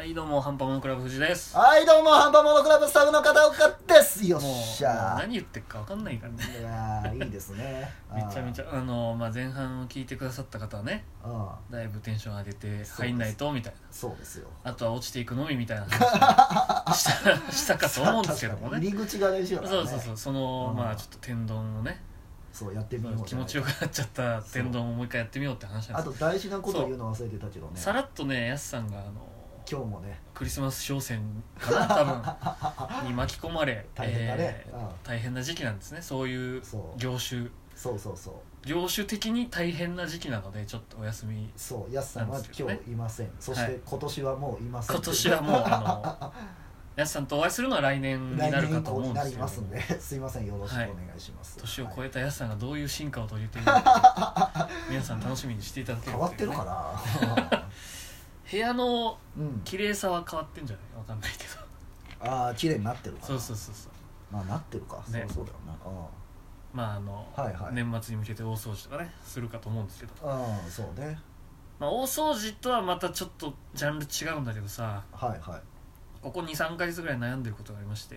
はいどうもハンパモノクラブ藤です。 はいどうもハンパモノクラブスタッフの片岡です。よっしゃ。 何言ってるか分かんないからね。 いやいいですね。 めちゃめちゃ前半を聞いてくださった方はね、だいぶテンション上げて入んないとみたいな。 そうですよ。 あとは落ちていくのみみたいな話したかと思うんですけどもね。 入り口が大事だからね。 そうちょっと天丼をね、 そうやってみよう。 気持ちよくなっちゃった天丼をもう一回やってみようって話なんです。 あと大事なことを言うの忘れてたけどね。 さらっとね、やすさんが今日もねクリスマス商戦かな多分に巻き込まれ大変だね、 大変な時期なんですね。そういう業種業種的に大変な時期なのでちょっとお休み。 そうやすさんは今日いません。そして今年はもういません。 今年はもうやすさんとお会いするのは来年になるかと思うんですけど、 来年以降になりますんですいません、よろしくお願いします。 年を超えたやすさんがどういう進化を遂げているのか皆さん楽しみにしていただければ。 変わってるかな部屋の綺麗さは変わってんじゃないわかんないけど、 ああ綺麗になってるかな。 そうまあなってるか、 ね、 そうだよな。 まあ年末に向けて大掃除とかねするかと思うんですけど、 そうね。 まあ大掃除とはまたちょっとジャンル違うんだけどさ、ここ 2,3 ヶ月ぐらい悩んでることがありまして、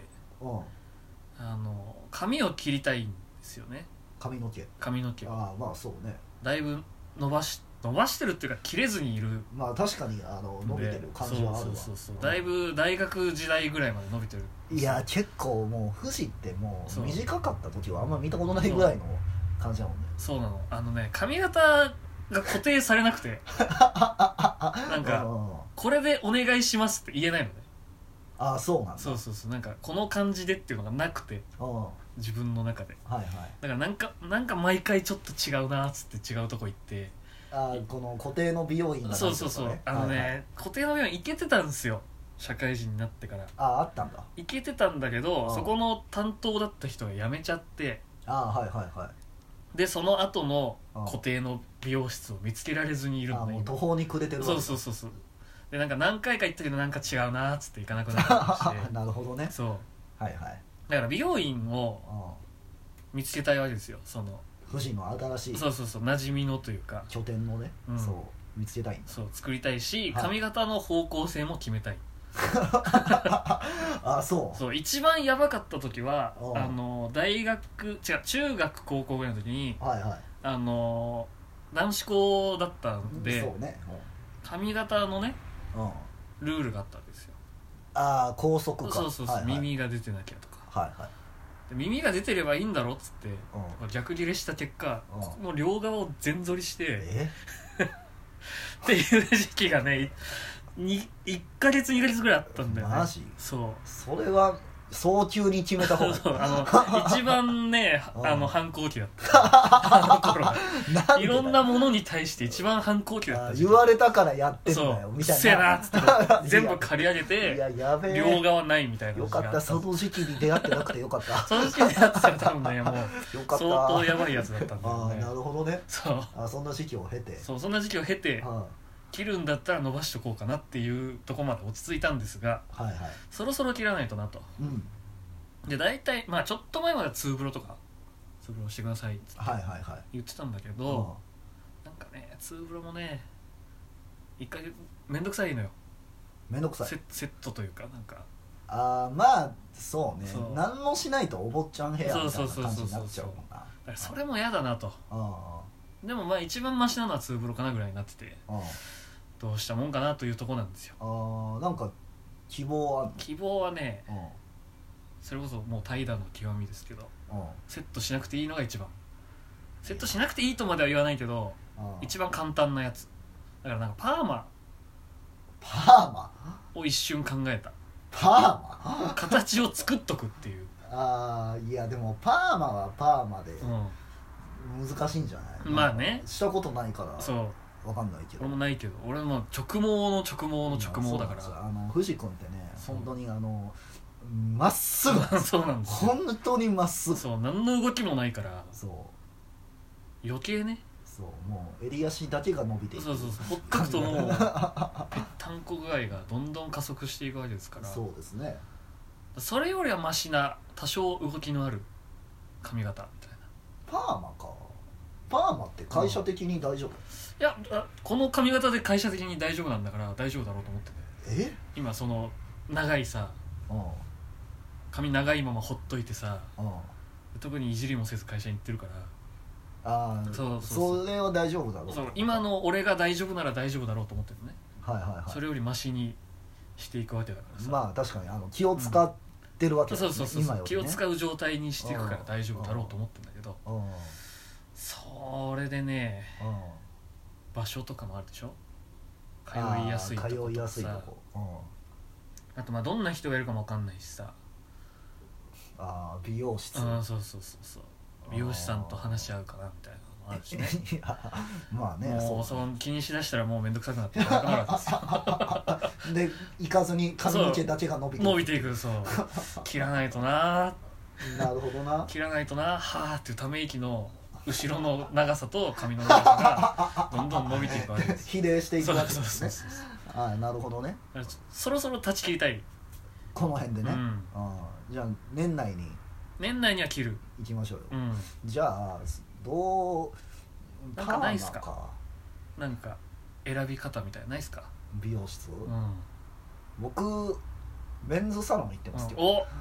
髪を切りたいんですよね。髪の毛まあそうね。 だいぶ伸ばしてるっていうか切れずにいる。 まあ確かに伸びてる感じはあるわ。 そうだいぶ大学時代ぐらいまで伸びてる。 いや結構もう藤ってもう短かった時はあんま見たことないぐらいの感じだもんね。 そうなの。髪型が固定されなくてなんかこれでお願いしますって言えないのね。 そうなんだ。 そうなんかこの感じでっていうのがなくて、自分の中で。だからなんか毎回ちょっと違うなっつって違うとこ行って、 この固定の美容院が、ね、 そう固定の美容院行けてたんですよ、社会人になってから。 あったんだ。 行けてたんだけど、そこの担当だった人が辞めちゃって、でその後の固定の美容室を見つけられずにいるのね。 もう途方に暮れてるわけ。 そうでなんか何回か行ったけどなんか違うなっつって行かなくなったりしてなるほどね。 そうだから美容院を見つけたいわけですよ。 富士の新しい馴染みのというか拠点のね、そう見つけたいんだ。 そう作りたいし、髪型の方向性も決めたいそう一番やばかった時は中学高校ぐらいの時に男子校だったんで、髪型のねルールがあったわけですよ。 校則か。 そう耳が出てなきゃとか、耳が出てればいいんだろっつって、逆ギレした結果、ここの両側を全剃りしてっていう時期がね1ヶ月2ヶ月ぐらいあったんだよね。 マジ？ それは早急に決めた方がいい。 一番ね反抗期だった頃がいろんなものに対して一番反抗期だった。 言われたからやってんだよみたいな。 うっせえなっつって全部刈り上げて両側ないみたいな。 よかった、その時期に出会ってなくてよかった。 その時期に出会ってたら多分ねもう相当やばいやつだったんだよね。 なるほどね。そんな時期を経てそんな時期を経て切るんだったら伸ばしとこうかなっていうとこまで落ち着いたんですが、そろそろ切らないとなと。で大体ちょっと前まではツーブロとかツーブロしてくださいって言ってたんだけど、なんかねツーブロもね一回めんどくさいのよ。 めんどくさいセットというかなんかそうね。何もしないとお坊ちゃん部屋みたいな感じになっちゃうもんな。 だからそれも嫌だなと。でも一番マシなのはツーブロかなぐらいになってて、どうしたもんかなというとこなんですよ。 なんか希望はね、それこそもう怠惰の極みですけど、セットしなくていいのが一番。セットしなくていいとまでは言わないけど、一番簡単なやつだから。なんかパーマを一瞬考えた。形を作っとくっていう。 いやでもパーマはパーマで難しいんじゃない？したことないから分かんないけど。 俺もないけど、俺も直毛の直毛の直毛だから。 藤君ってね本当にまっすぐそうなんですよ。本当にまっすぐ。 何の動きもないから余計ね。 もう襟足だけが伸びていく。 ほっとくともうぺったんこ具合がどんどん加速していくわけですから。 そうですね。 それよりはマシな多少動きのある髪型みたいな。 パーマって会社的に大丈夫？ いやこの髪型で会社的に大丈夫なんだから大丈夫だろうと思って今その長いさ、髪長いままほっといてさ、特にいじりもせず会社に行ってるから、 それは大丈夫だろう。 今の俺が大丈夫なら大丈夫だろうと思ってるのね。それよりマシにしていくわけだからさ。 まあ確かに気を使ってるわけだね、 今よりね。気を使う状態にしていくから大丈夫だろうと思ってるんだけど、それでね、場所とかもあるでしょ。通いやすいとことかさ、あとまあどんな人がいるかも分かんないしさ。 美容室。 そう美容師さんと話し合うかなみたいなのもあるしね。 まあね、 もうその気にしだしたらもうめんどくさくなってなくなるわけですよ。で行かずに髪の毛だけが伸びていく。そう切らないとな。 なるほどな。 切らないとな、はーっていうため息の後ろの長さと髪の長さがどんどん伸びていくわけです。 比例していくわけですね。なるほどね。 そろそろ断ち切りたい、 この辺でね。じゃあ年内には切る行きましょうよ。じゃあなんかないっすか。なんか選び方みたいなないっすか。 美容室、僕メンズサロン行ってますけど。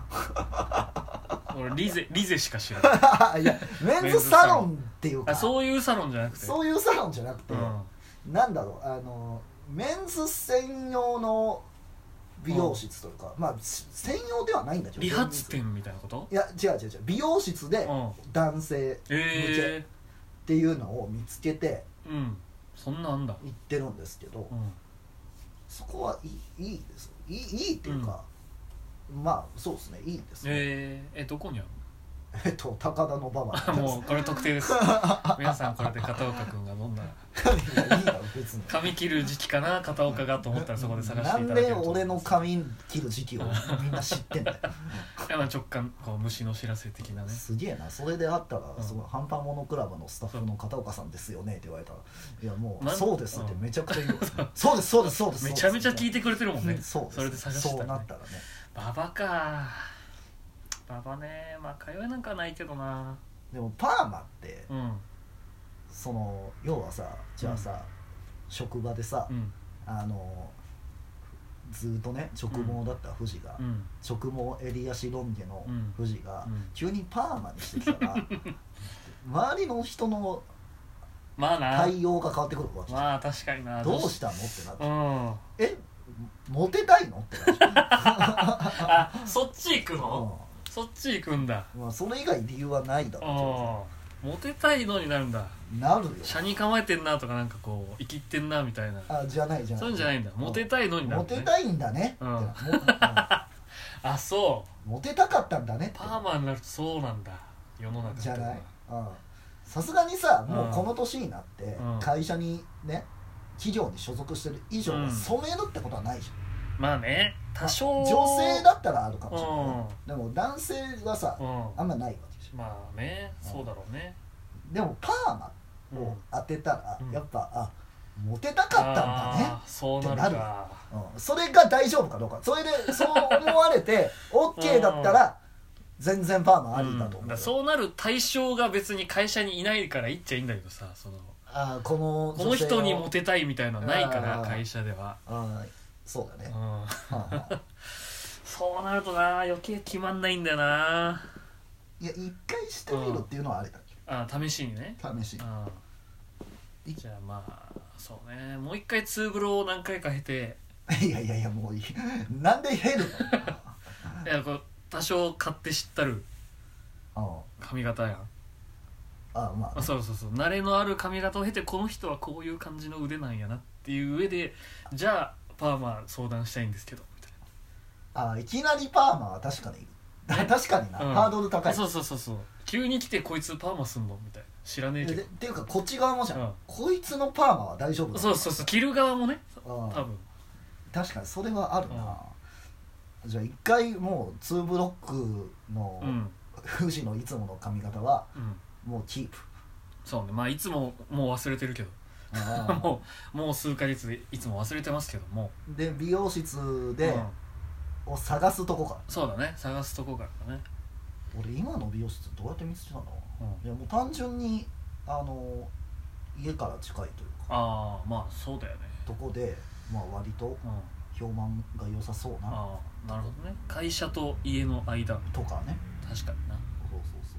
俺リゼしか知らない。 いやメンズサロンっていうか、 そういうサロンじゃなくて、 なんだろう、メンズ専用の美容室というか、まあ専用ではないんだけど、 理髪店みたいなこと。 いや違う美容室で男性向けっていうのを見つけて、 そんなあんだ行ってるんですけど、そこはいいです。いいっていうか、まあそうですね、いいですね。 どこにあるの。 高田の馬場。 もうこれ特定です。皆さんこれで片岡くんがどんな髪切る時期かな、片岡がと思ったらそこで探していただけると。 なんで俺の髪切る時期をみんな知ってんだよ。 直感こう虫の知らせ的なね。 すげえな。それであったら、ハンパモノクラブのスタッフの片岡さんですよねって言われたら、いやもうそうですってめちゃくちゃ言う。そうですめちゃめちゃ聞いてくれてるもんね。 それで探したらね。 そうなったらね。 馬場か。馬場ね、まあ通いなんかないけどな。 でもパーマって、その要はさ、じゃあさ、職場でさ、ずっとね直毛だった富士が、直毛襟足ロン毛の富士が、急にパーマにしてきたら、周りの人の対応が変わってくるわけ。 まあ確かにな。 どうしたのってなって、モテたいのってなって。そっち行くの。そっち行くんだ。 まあそれ以外理由はないだろう。モテたいのになるんだ。 なるよ。 車に構えてんなとか、なんかこう生きってんなみたいな。 じゃないそういうんじゃないんだ。モテたいのになる。 モテたいんだね。 そう。 モテたかったんだね。 パーマになるとそうなんだ。世の中って。 じゃない。さすがにさ、もうこの年になって会社にね、企業に所属してる以上染めるってことはないじゃん。 まあね、多少女性だったらあるかもしれない。でも男性はさ、あんまないわけじゃん。 まあね、そうだろうね。 でもパーマを当てたら、やっぱモテたかったんだねってなる。それが大丈夫かどうか。それでそう思われて OK だったら全然パーマありだと思う。 そうなる対象が別に会社にいないから言っちゃいいんだけどさ、この人にモテたいみたいなのないから会社では。 そうだね。 そうなるとな、余計決まんないんだよな。 いや、一回してみるっていうのはあれだっけ。試しにね。 試しに。 じゃあまあそうね、もう一回ツーブロを何回か経て。 いやもういい。なんで減るの。いや、こう多少買って知ったる髪型やん。 まあ、 そう慣れのある髪型を経て、この人はこういう感じの腕なんやなっていう上で、じゃあパーマ相談したいんですけどみたいな。 いきなりパーマは確かに確かにな、ハードル高い。 そう急に来てこいつパーマすんのみたいな、知らねえけど。 っていうかこっち側もじゃん、こいつのパーマは大丈夫だ。 そう着る側もね、多分確かにそれはあるな。じゃあ一回もう2ブロックの富士のいつもの髪型はもうキープ。 そうね、まあいつももう忘れてるけどもう数ヶ月でいつも忘れてますけども。 で美容室で、を探すとこから。 そうだね、探すとこからだね。 俺今の美容室どうやって見つけたの。いやもう単純に家から近いというか。 まあそうだよね。 とこで、まあ割と評判が良さそうな。 ああ、なるほどね。会社と家の間とかね。 確かにな。 そうそうそう。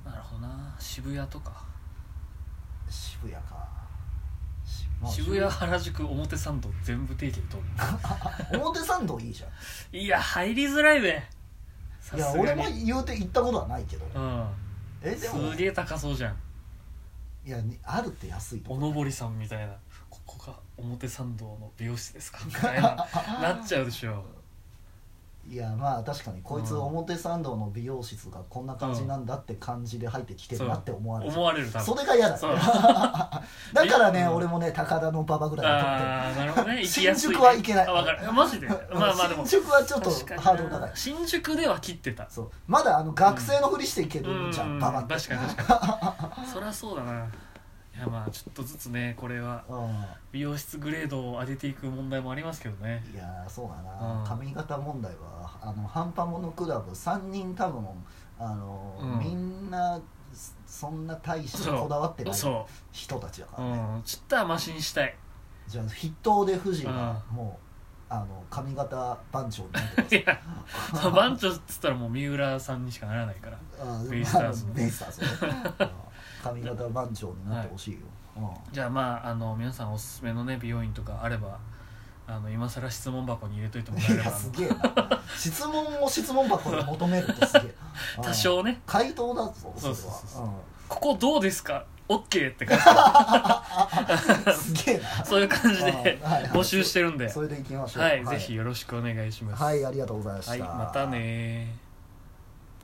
なるほどな。渋谷とか。 渋谷か。 渋谷、原宿、表参道全部定期で取る表参道いいじゃん。 いや入りづらいべ。 いや俺も言うて行ったことはないけど、 うん、 でもすげえ高そうじゃん。 いやあるって安いとおのぼりさんみたいな、ここが表参道の美容室ですかみたいななっちゃうでしょ。 いやまあ確かにこいつ表参道の美容室がこんな感じなんだって感じで入ってきてるなって思われる、 多分それが嫌だねだからね、俺もね高田の馬場ぐらいだと思って。 ああなるほどね。行きやすい、ね、 新宿は行けない。 あ分かるマジでまあまあでも新宿はちょっとハードル高い。 新宿では切ってた。 そうまだ学生のふりしていけるじゃん、馬場って。 確かに確かにそりゃそうだな。いやまあちょっとずつねこれは美容室グレードを上げていく問題もありますけどね。 いやそうだな、髪型問題は半端ものクラブ3人多分みんなそんな大してこだわってない人たちだからね。 ちょっとはマシにしたい。じゃあ筆頭で富士がもう髪型番長になってます。いや番長っつったらもう三浦さんにしかならないからベイスターズのベイスターズね髪型番長になってほしいよ、 はい、じゃあまあ皆さんおすすめのね美容院とかあれば今更質問箱に入れといてもらえれば。いやすげえな質問を質問箱に求めるってすげえ多少ね回答だぞそれは。 ここどうですか OK って感じすげえなそういう感じで募集してるんで、 それでいきましょう。 はい、ぜひよろしくお願いします。 はい、ありがとうございました。 はい、またね。